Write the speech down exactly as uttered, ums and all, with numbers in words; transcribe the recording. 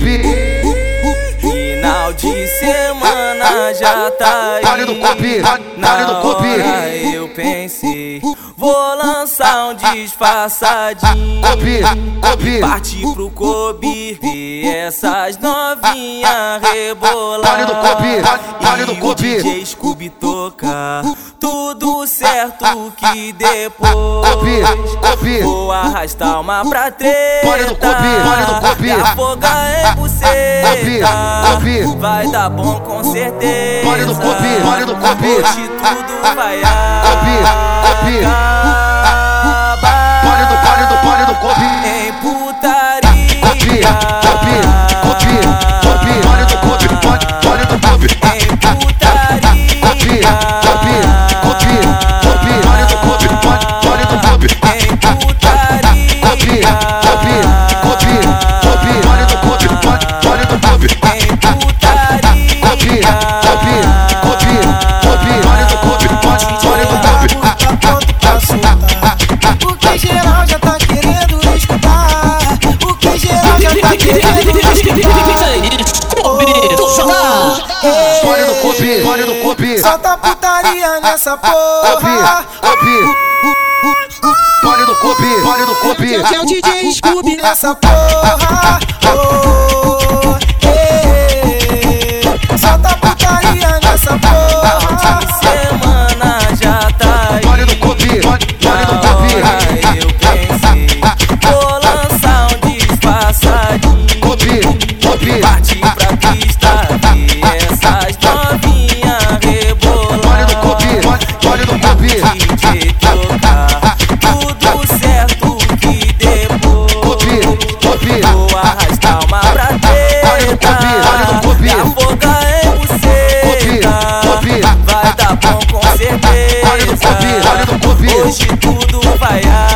Final de semana já tá aí. Na hora eu pensei, vou lançar um disfarçadinho. Parti pro Kobe, ver essas novinhas rebolar. E o D J Scooby tocar tudo certo que depois vou arrastar uma pra treta e afogar em buceta. Vai dar bom com certeza. Hoje tudo vai acabar em putaria. Porque geral já tá querendo escutar. Porque geral já tá querendo escutar. Solta putaria nessa porra. Pode do Kobe, pode do Kobe. Que é o D J Scooby nessa porra. Solta putaria nessa porra. Semana já tá aí. Pode do Kobe, pode do Kobe. Eu pensei, vou lançar um disfarçadinho. Parti pra pista, ver essas novinhas rebolar. D J tocar tudo certo que depois vou arrastar uma pra treta e afogar em buceta. Vai dar bom com certeza. Hoje tudo vai